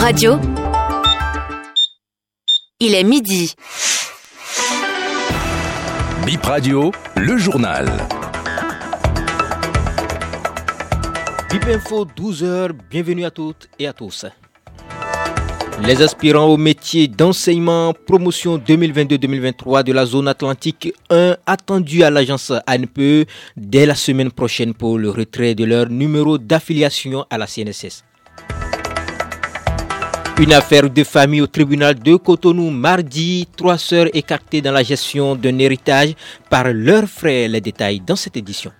Radio, il est midi. Bip Radio, le journal. Bip Info, 12h, bienvenue à toutes et à tous. Les aspirants au métier d'enseignement promotion 2022-2023 de la zone Atlantique 1 attendus à l'agence ANPE dès la semaine prochaine pour le retrait de leur numéro d'affiliation à la CNSS. Une affaire de famille au tribunal de Cotonou mardi, 3 sœurs écartées dans la gestion d'un héritage par leurs frères. Les détails dans cette édition.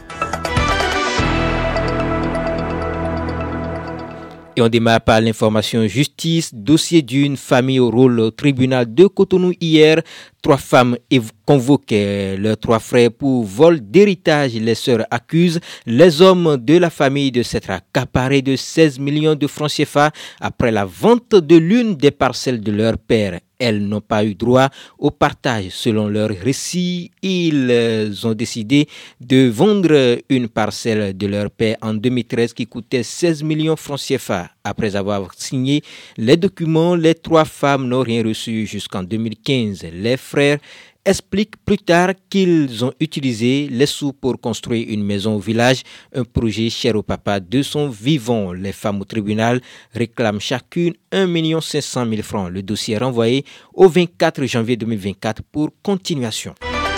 Et on démarre par l'information justice, dossier d'une famille au rôle au tribunal de Cotonou hier. 3 femmes convoquaient leurs 3 frères pour vol d'héritage. Les sœurs accusent les hommes de la famille de s'être accaparés de 16 millions de francs CFA après la vente de l'une des parcelles de leur père. Elles n'ont pas eu droit au partage. Selon leur récit, ils ont décidé de vendre une parcelle de leur père en 2013 qui coûtait 16 millions francs CFA. Après avoir signé les documents, les 3 femmes n'ont rien reçu jusqu'en 2015. Les frères expliquent plus tard qu'ils ont utilisé les sous pour construire une maison au village, un projet cher au papa de son vivant. Les femmes au tribunal réclament chacune 1 500 000 francs. Le dossier est renvoyé au 24 janvier 2024 pour continuation.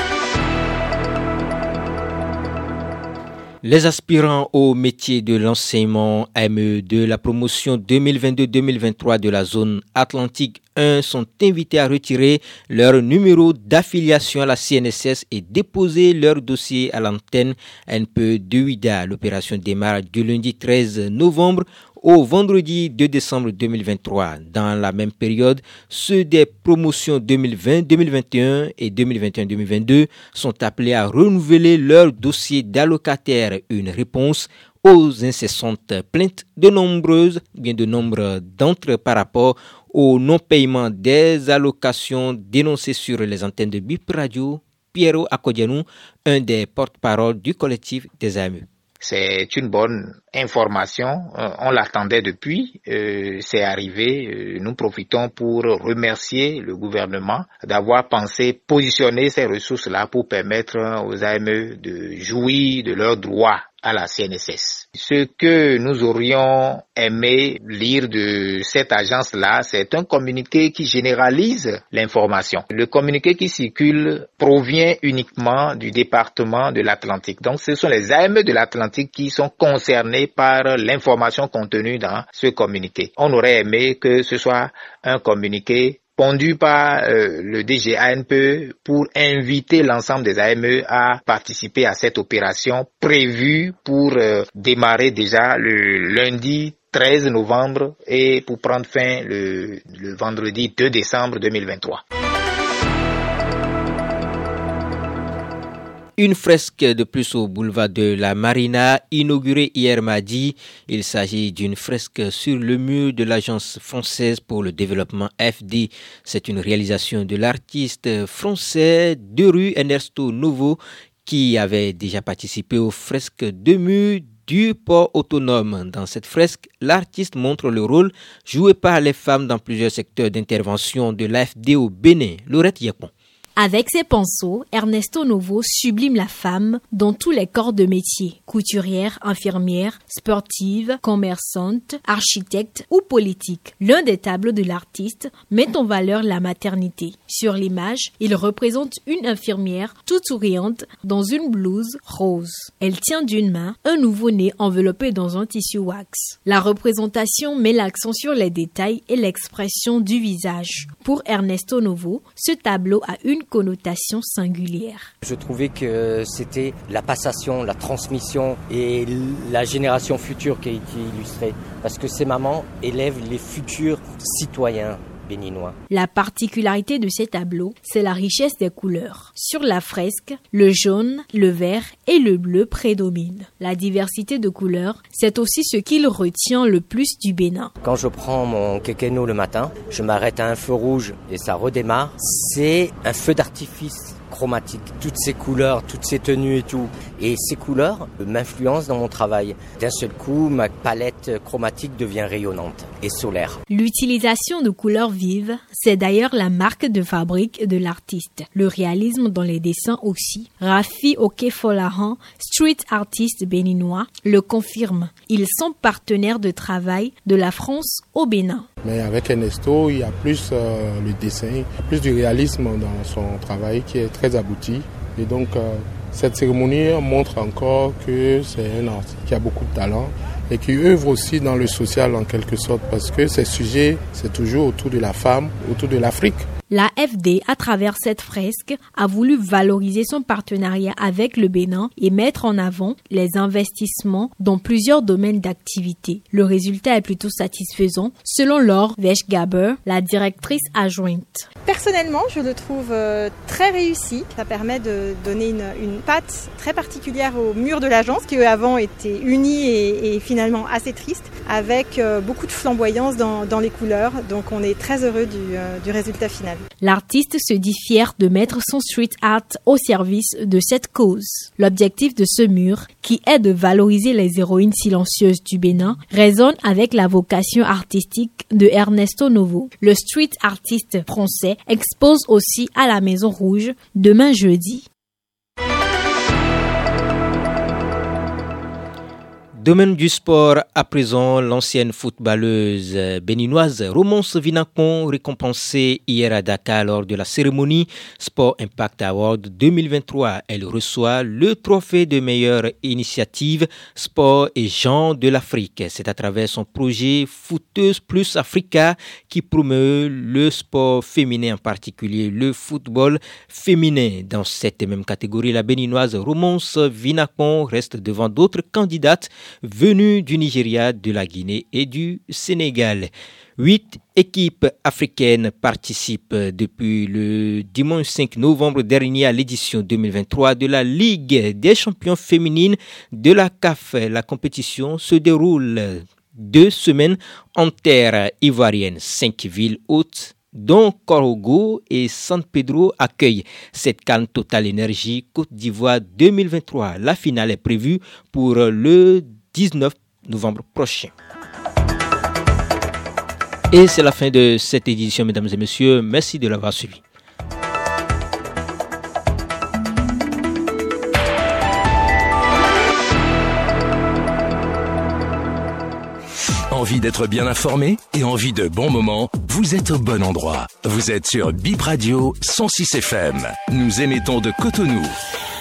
Les aspirants au métier de l'enseignement AME de la promotion 2022-2023 de la zone Atlantique 1 sont invités à retirer leur numéro d'affiliation à la CNSS et déposer leur dossier à l'antenne ANPE de Ouidah. L'opération démarre du lundi 13 novembre au vendredi 2 décembre 2023. Dans la même période, ceux des promotions 2020, 2021 et 2021-2022 sont appelés à renouveler leur dossier d'allocataire. Une réponse aux incessantes plaintes de nombre d'entre par rapport au non-paiement des allocations dénoncées sur les antennes de Bip Radio. Piero Akodianou, un des porte-parole du collectif des AME. C'est une bonne information, on l'attendait depuis, c'est arrivé, nous profitons pour remercier le gouvernement d'avoir pensé positionner ces ressources-là pour permettre aux AME de jouir de leurs droits à la CNSS. Ce que nous aurions aimé lire de cette agence-là, c'est un communiqué qui généralise l'information. Le communiqué qui circule provient uniquement du département de l'Atlantique. Donc ce sont les AME de l'Atlantique qui sont concernés par l'information contenue dans ce communiqué. On aurait aimé que ce soit un communiqué pondu par le DG ANPE pour inviter l'ensemble des AME à participer à cette opération prévue pour démarrer déjà le lundi 13 novembre et pour prendre fin le vendredi 2 décembre 2023. Une fresque de plus au boulevard de la Marina, inaugurée hier mardi. Il s'agit d'une fresque sur le mur de l'Agence française pour le développement AFD. C'est une réalisation de l'artiste français de rue Ernesto Novo qui avait déjà participé aux fresques de mur du port autonome. Dans cette fresque, l'artiste montre le rôle joué par les femmes dans plusieurs secteurs d'intervention de l'AFD au Bénin. Laurette Yapon. Avec ses pinceaux, Ernesto Novo sublime la femme dans tous les corps de métier. Couturière, infirmière, sportive, commerçante, architecte ou politique. L'un des tableaux de l'artiste met en valeur la maternité. Sur l'image, il représente une infirmière toute souriante dans une blouse rose. Elle tient d'une main un nouveau-né enveloppé dans un tissu wax. La représentation met l'accent sur les détails et l'expression du visage. Pour Ernesto Novo, ce tableau a une connotation singulière. Je trouvais que c'était la passation, la transmission et la génération future qui a été illustrée. Parce que ces mamans élèvent les futurs citoyens béninois. La particularité de ces tableaux, c'est la richesse des couleurs. Sur la fresque, le jaune, le vert et le bleu prédominent. La diversité de couleurs, c'est aussi ce qui retient le plus du Bénin. Quand je prends mon kekeno le matin, je m'arrête à un feu rouge et ça redémarre. C'est un feu d'artifice chromatique, toutes ces couleurs, toutes ces tenues et tout. Et ces couleurs m'influencent dans mon travail. D'un seul coup, ma palette chromatique devient rayonnante et solaire. L'utilisation de couleurs vives, c'est d'ailleurs la marque de fabrique de l'artiste. Le réalisme dans les dessins aussi. Rafi Okefolahan, street artiste béninois, le confirme. Ils sont partenaires de travail de la France au Bénin. Mais avec Ernesto, il y a plus le dessin, plus du réalisme dans son travail qui est très abouti. Et donc, cette cérémonie montre encore que c'est un artiste qui a beaucoup de talent et qui œuvre aussi dans le social en quelque sorte parce que ces sujets, c'est toujours autour de la femme, autour de l'Afrique. La FD, à travers cette fresque, a voulu valoriser son partenariat avec le Bénin et mettre en avant les investissements dans plusieurs domaines d'activité. Le résultat est plutôt satisfaisant, selon Laure Weschgaber, la directrice adjointe. Personnellement, je le trouve très réussi. Ça permet de donner une patte très particulière au mur de l'agence qui avant était uni et finalement assez triste, avec beaucoup de flamboyance dans les couleurs. Donc on est très heureux du résultat final. L'artiste se dit fier de mettre son street art au service de cette cause. L'objectif de ce mur, qui est de valoriser les héroïnes silencieuses du Bénin, résonne avec la vocation artistique de Ernesto Novo. Le street artiste français expose aussi à la Maison Rouge demain jeudi. Domaine du sport, à présent, l'ancienne footballeuse béninoise Romance Vinacon, récompensée hier à Dakar lors de la cérémonie Sport Impact Award 2023. Elle reçoit le trophée de meilleure initiative sport et genre de l'Afrique. C'est à travers son projet Footeuse Plus Africa qui promeut le sport féminin, en particulier le football féminin. Dans cette même catégorie, la béninoise Romance Vinacon reste devant d'autres candidates venus du Nigeria, de la Guinée et du Sénégal. 8 équipes africaines participent depuis le dimanche 5 novembre dernier à l'édition 2023 de la Ligue des champions féminines de la CAF. La compétition se déroule 2 semaines en terre ivoirienne. 5 villes hôtes dont Korogo et San Pedro accueillent cette CAN Total Énergie Côte d'Ivoire 2023. La finale est prévue pour le 19 novembre prochain. Et c'est la fin de cette édition, mesdames et messieurs. Merci de l'avoir suivi. Envie d'être bien informé et envie de bons moments? Vous êtes au bon endroit. Vous êtes sur Bip Radio 106 FM. Nous émettons de Cotonou.